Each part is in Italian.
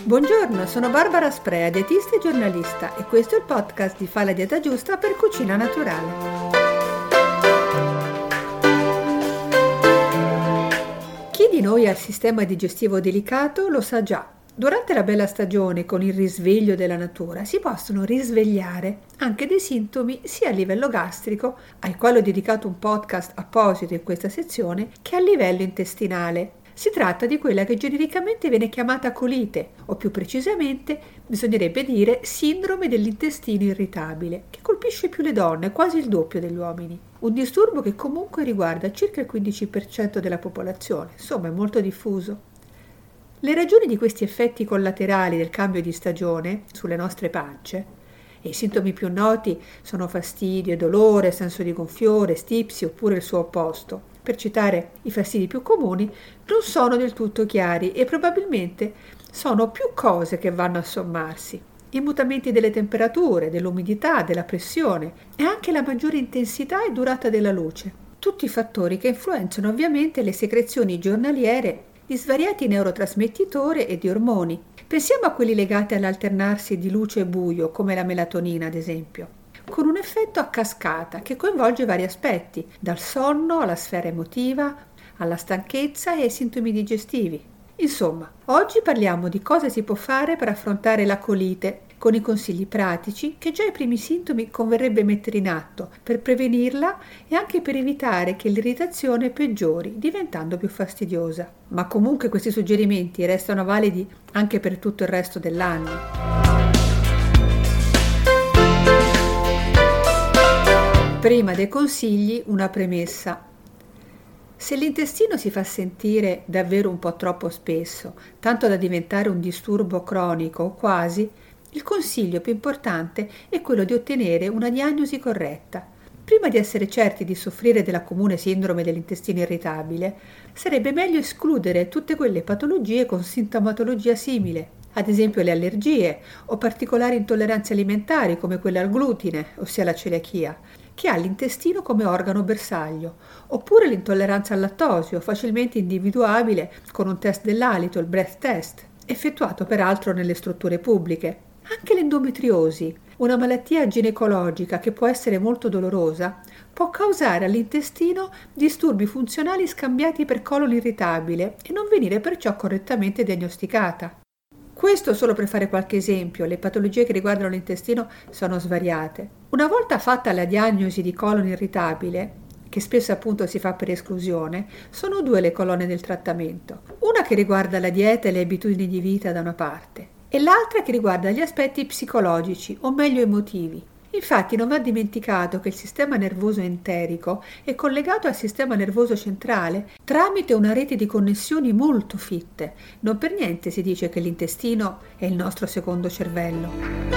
Buongiorno, sono Barbara Sprea, dietista e giornalista e questo è il podcast di Fa la dieta giusta per cucina naturale. Chi di noi ha il sistema digestivo delicato lo sa già. Durante la bella stagione, con il risveglio della natura, si possono risvegliare anche dei sintomi sia a livello gastrico, ai quali ho dedicato un podcast apposito in questa sezione, che a livello intestinale. Si tratta di quella che genericamente viene chiamata colite, o più precisamente bisognerebbe dire sindrome dell'intestino irritabile, che colpisce più le donne, quasi il doppio degli uomini. Un disturbo che comunque riguarda circa il 15% della popolazione, insomma è molto diffuso. Le ragioni di questi effetti collaterali del cambio di stagione sulle nostre pance, e i sintomi più noti sono fastidio, dolore, senso di gonfiore, stipsi oppure il suo opposto, per citare i fastidi più comuni, non sono del tutto chiari e probabilmente sono più cose che vanno a sommarsi. I mutamenti delle temperature, dell'umidità, della pressione e anche la maggiore intensità e durata della luce. Tutti fattori che influenzano ovviamente le secrezioni giornaliere di svariati neurotrasmettitori e di ormoni. Pensiamo a quelli legati all'alternarsi di luce e buio, come la melatonina ad esempio, con un effetto a cascata che coinvolge vari aspetti, dal sonno alla sfera emotiva, alla stanchezza e ai sintomi digestivi. Insomma, oggi parliamo di cosa si può fare per affrontare la colite, con i consigli pratici che già i primi sintomi converrebbe mettere in atto per prevenirla e anche per evitare che l'irritazione peggiori, diventando più fastidiosa. Ma comunque questi suggerimenti restano validi anche per tutto il resto dell'anno. Prima dei consigli, una premessa. Se l'intestino si fa sentire davvero un po' troppo spesso, tanto da diventare un disturbo cronico o quasi, il consiglio più importante è quello di ottenere una diagnosi corretta. Prima di essere certi di soffrire della comune sindrome dell'intestino irritabile, sarebbe meglio escludere tutte quelle patologie con sintomatologia simile, ad esempio le allergie o particolari intolleranze alimentari come quelle al glutine, ossia la celiachia, che ha l'intestino come organo bersaglio, oppure l'intolleranza al lattosio, facilmente individuabile con un test dell'alito, il breath test, effettuato peraltro nelle strutture pubbliche. Anche l'endometriosi, una malattia ginecologica che può essere molto dolorosa, può causare all'intestino disturbi funzionali scambiati per colon irritabile e non venire perciò correttamente diagnosticata. Questo solo per fare qualche esempio, le patologie che riguardano l'intestino sono svariate. Una volta fatta la diagnosi di colon irritabile, che spesso appunto si fa per esclusione, sono due le colonne del trattamento. Una che riguarda la dieta e le abitudini di vita da una parte, e l'altra che riguarda gli aspetti psicologici, o meglio emotivi. Infatti non va dimenticato che il sistema nervoso enterico è collegato al sistema nervoso centrale tramite una rete di connessioni molto fitte. Non per niente si dice che l'intestino è il nostro secondo cervello.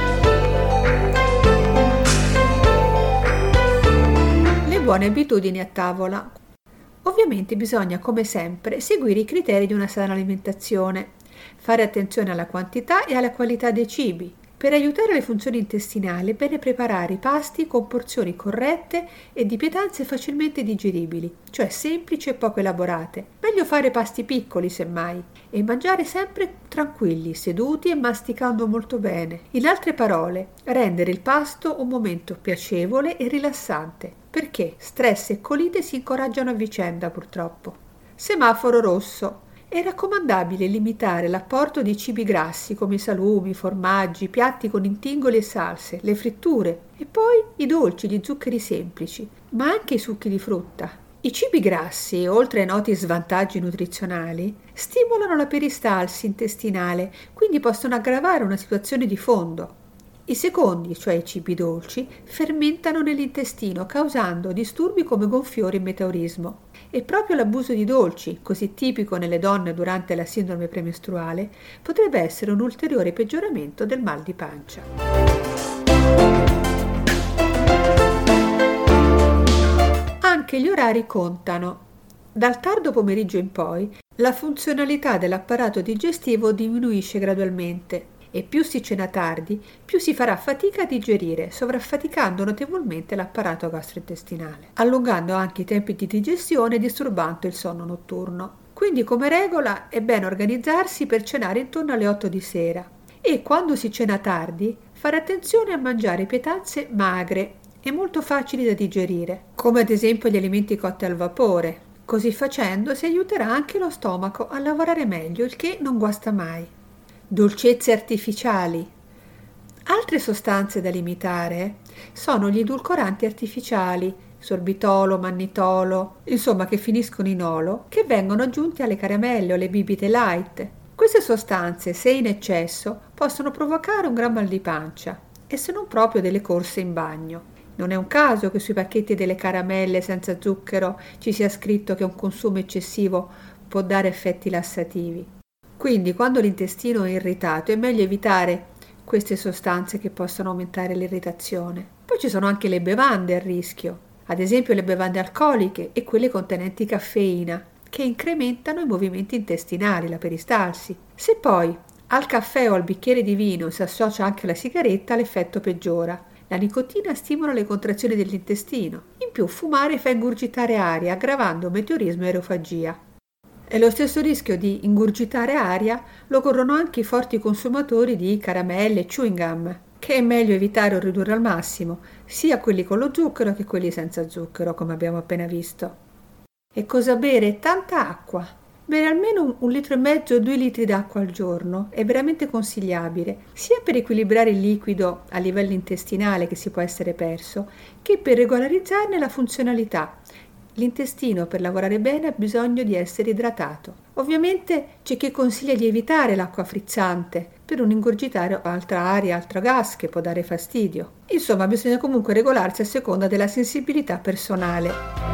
Le buone abitudini a tavola. Ovviamente bisogna, come sempre, seguire i criteri di una sana alimentazione, fare attenzione alla quantità e alla qualità dei cibi. Per aiutare le funzioni intestinali è bene preparare i pasti con porzioni corrette e di pietanze facilmente digeribili, cioè semplici e poco elaborate. Meglio fare pasti piccoli semmai e mangiare sempre tranquilli, seduti e masticando molto bene. In altre parole, rendere il pasto un momento piacevole e rilassante, perché stress e colite si incoraggiano a vicenda purtroppo. Semaforo rosso. È raccomandabile limitare l'apporto di cibi grassi come i salumi, formaggi, piatti con intingoli e salse, le fritture e poi i dolci, gli zuccheri semplici, ma anche i succhi di frutta. I cibi grassi, oltre ai noti svantaggi nutrizionali, stimolano la peristalsi intestinale, quindi possono aggravare una situazione di fondo. I secondi, cioè i cibi dolci, fermentano nell'intestino causando disturbi come gonfiore e meteorismo. E proprio l'abuso di dolci, così tipico nelle donne durante la sindrome premestruale, potrebbe essere un ulteriore peggioramento del mal di pancia. Anche gli orari contano. Dal tardo pomeriggio in poi, la funzionalità dell'apparato digestivo diminuisce gradualmente e più si cena tardi, più si farà fatica a digerire, sovraffaticando notevolmente l'apparato gastrointestinale, allungando anche i tempi di digestione e disturbando il sonno notturno. Quindi come regola è bene organizzarsi per cenare intorno alle 8 di sera e quando si cena tardi fare attenzione a mangiare pietanze magre e molto facili da digerire, come ad esempio gli alimenti cotti al vapore. Così facendo si aiuterà anche lo stomaco a lavorare meglio, il che non guasta mai. Dolcezze artificiali. Altre sostanze da limitare sono gli edulcoranti artificiali, sorbitolo, mannitolo, insomma che finiscono in olo, che vengono aggiunti alle caramelle o alle bibite light. Queste sostanze, se in eccesso, possono provocare un gran mal di pancia e se non proprio delle corse in bagno. Non è un caso che sui pacchetti delle caramelle senza zucchero ci sia scritto che un consumo eccessivo può dare effetti lassativi. Quindi quando l'intestino è irritato è meglio evitare queste sostanze che possono aumentare l'irritazione. Poi ci sono anche le bevande a rischio, ad esempio le bevande alcoliche e quelle contenenti caffeina, che incrementano i movimenti intestinali, la peristalsi. Se poi al caffè o al bicchiere di vino si associa anche la sigaretta, l'effetto peggiora. La nicotina stimola le contrazioni dell'intestino. In più fumare fa ingurgitare aria, aggravando meteorismo e aerofagia. E lo stesso rischio di ingurgitare aria lo corrono anche i forti consumatori di caramelle e chewing gum, che è meglio evitare o ridurre al massimo, sia quelli con lo zucchero che quelli senza zucchero, come abbiamo appena visto. E cosa bere? Tanta acqua. Bere almeno 1,5 litri o 2 litri d'acqua al giorno è veramente consigliabile, sia per equilibrare il liquido a livello intestinale che si può essere perso, che per regolarizzarne la funzionalità. L'intestino per lavorare bene ha bisogno di essere idratato. Ovviamente c'è chi consiglia di evitare l'acqua frizzante per non ingurgitare altra aria, altro gas che può dare fastidio. Insomma, bisogna comunque regolarsi a seconda della sensibilità personale.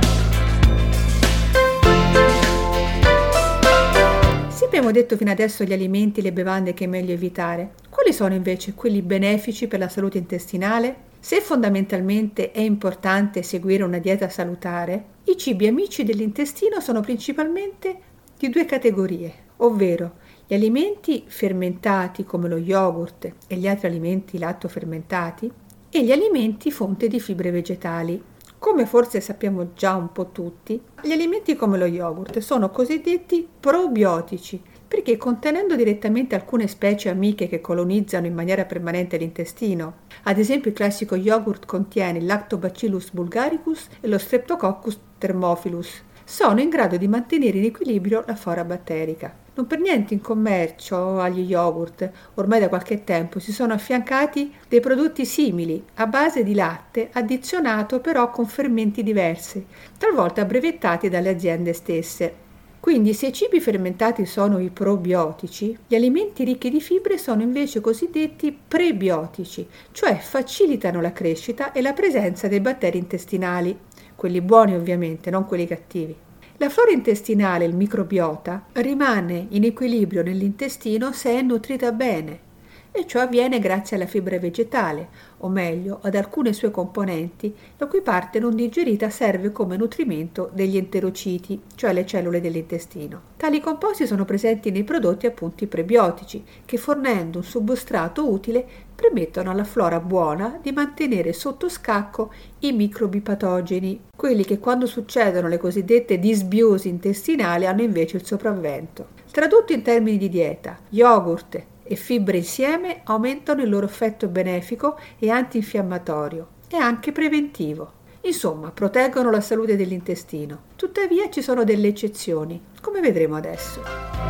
Abbiamo detto fino adesso gli alimenti e le bevande che è meglio evitare. Quali sono invece quelli benefici per la salute intestinale? Se fondamentalmente è importante seguire una dieta salutare, i cibi amici dell'intestino sono principalmente di 2 categorie, ovvero gli alimenti fermentati come lo yogurt e gli altri alimenti lattofermentati e gli alimenti fonte di fibre vegetali. Come forse sappiamo già un po' tutti, gli alimenti come lo yogurt sono cosiddetti probiotici perché contenendo direttamente alcune specie amiche che colonizzano in maniera permanente l'intestino, ad esempio il classico yogurt contiene il Lactobacillus bulgaricus e lo Streptococcus thermophilus, sono in grado di mantenere in equilibrio la flora batterica. Non per niente in commercio agli yogurt, ormai da qualche tempo, si sono affiancati dei prodotti simili, a base di latte, addizionato però con fermenti diversi, talvolta brevettati dalle aziende stesse. Quindi se i cibi fermentati sono i probiotici, gli alimenti ricchi di fibre sono invece cosiddetti prebiotici, cioè facilitano la crescita e la presenza dei batteri intestinali, quelli buoni ovviamente, non quelli cattivi. La flora intestinale, il microbiota, rimane in equilibrio nell'intestino se è nutrita bene, e ciò avviene grazie alla fibra vegetale, o meglio, ad alcune sue componenti, la cui parte non digerita serve come nutrimento degli enterociti, cioè le cellule dell'intestino. Tali composti sono presenti nei prodotti appunto prebiotici, che fornendo un substrato utile permettono alla flora buona di mantenere sotto scacco i microbi patogeni, quelli che quando succedono le cosiddette disbiosi intestinali hanno invece il sopravvento. Tradotto in termini di dieta, yogurt e fibre insieme aumentano il loro effetto benefico e antinfiammatorio e anche preventivo. Insomma, proteggono la salute dell'intestino. Tuttavia ci sono delle eccezioni, come vedremo adesso.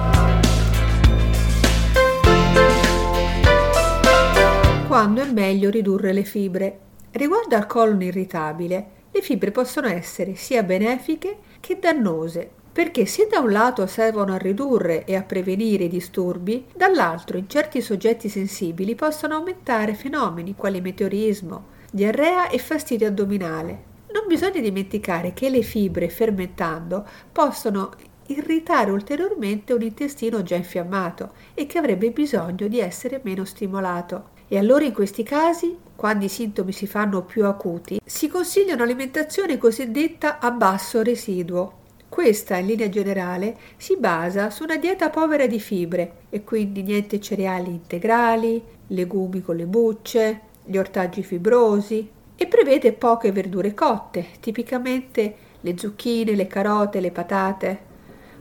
Quando è meglio ridurre le fibre? Riguardo al colon irritabile, le fibre possono essere sia benefiche che dannose, perché se da un lato servono a ridurre e a prevenire i disturbi, dall'altro in certi soggetti sensibili possono aumentare fenomeni quali meteorismo, diarrea e fastidio addominale. Non bisogna dimenticare che le fibre fermentando possono irritare ulteriormente un intestino già infiammato e che avrebbe bisogno di essere meno stimolato. E allora in questi casi, quando i sintomi si fanno più acuti, si consiglia un'alimentazione cosiddetta a basso residuo. Questa, in linea generale, si basa su una dieta povera di fibre e quindi niente cereali integrali, legumi con le bucce, gli ortaggi fibrosi e prevede poche verdure cotte, tipicamente le zucchine, le carote, le patate.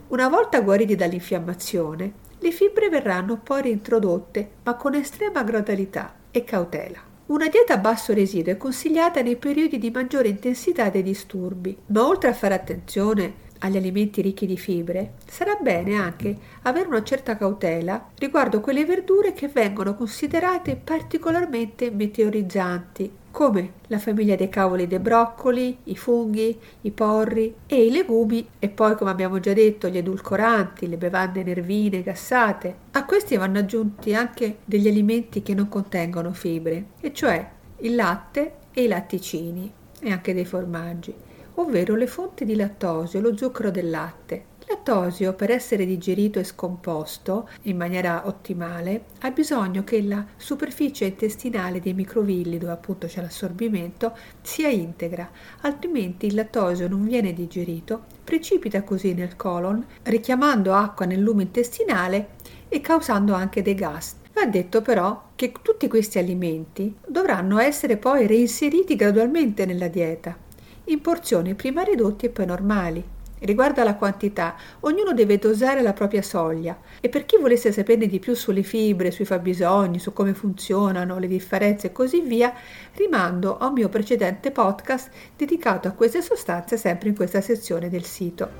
Una volta guariti dall'infiammazione, le fibre verranno poi reintrodotte, ma con estrema gradualità e cautela. Una dieta a basso residuo è consigliata nei periodi di maggiore intensità dei disturbi, ma oltre a fare attenzione agli alimenti ricchi di fibre, sarà bene anche avere una certa cautela riguardo quelle verdure che vengono considerate particolarmente meteorizzanti, come la famiglia dei cavoli dei broccoli, i funghi, i porri e i legumi, e poi, come abbiamo già detto, gli edulcoranti, le bevande nervine gassate. A questi vanno aggiunti anche degli alimenti che non contengono fibre, e cioè il latte e i latticini, e anche dei formaggi, ovvero le fonti di lattosio, lo zucchero del latte. Il lattosio, per essere digerito e scomposto in maniera ottimale, ha bisogno che la superficie intestinale dei microvilli, dove appunto c'è l'assorbimento, sia integra, altrimenti il lattosio non viene digerito, precipita così nel colon, richiamando acqua nel lume intestinale e causando anche dei gas. Va detto però che tutti questi alimenti dovranno essere poi reinseriti gradualmente nella dieta, in porzioni prima ridotte e poi normali. Riguardo alla quantità, ognuno deve dosare la propria soglia, e per chi volesse saperne di più sulle fibre, sui fabbisogni, su come funzionano, le differenze e così via, rimando a un mio precedente podcast dedicato a queste sostanze, sempre in questa sezione del sito.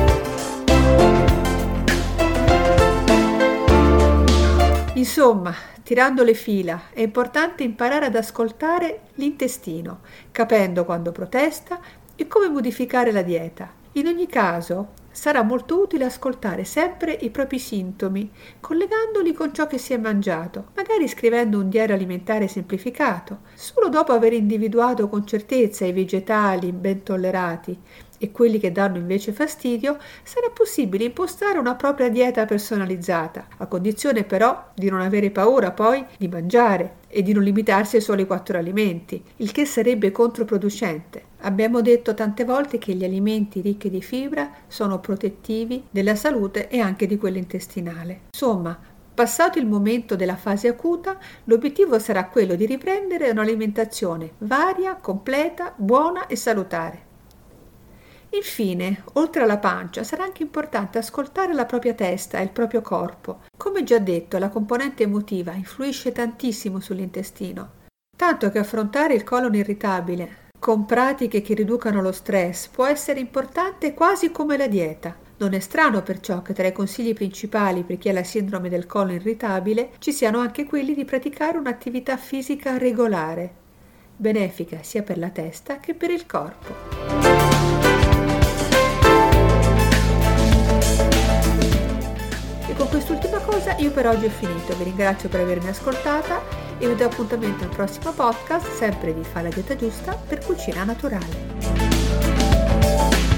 Insomma, tirando le fila, è importante imparare ad ascoltare l'intestino, capendo quando protesta e come modificare la dieta. In ogni caso, sarà molto utile ascoltare sempre i propri sintomi, collegandoli con ciò che si è mangiato, magari scrivendo un diario alimentare semplificato. Solo dopo aver individuato con certezza i vegetali ben tollerati e quelli che danno invece fastidio, sarà possibile impostare una propria dieta personalizzata, a condizione però di non avere paura poi di mangiare e di non limitarsi ai soli 4 alimenti, il che sarebbe controproducente. Abbiamo detto tante volte che gli alimenti ricchi di fibra sono protettivi della salute e anche di quella intestinale. Insomma, passato il momento della fase acuta, l'obiettivo sarà quello di riprendere un'alimentazione varia, completa, buona e salutare. Infine, oltre alla pancia, sarà anche importante ascoltare la propria testa e il proprio corpo. Come già detto, la componente emotiva influisce tantissimo sull'intestino, tanto che affrontare il colon irritabile con pratiche che riducano lo stress può essere importante quasi come la dieta. Non è strano perciò che tra i consigli principali per chi ha la sindrome del colon irritabile ci siano anche quelli di praticare un'attività fisica regolare, benefica sia per la testa che per il corpo. E con quest'ultima cosa io per oggi ho finito. Vi ringrazio per avermi ascoltata e vi do appuntamento al prossimo podcast, sempre di Fa la dieta giusta per cucina naturale.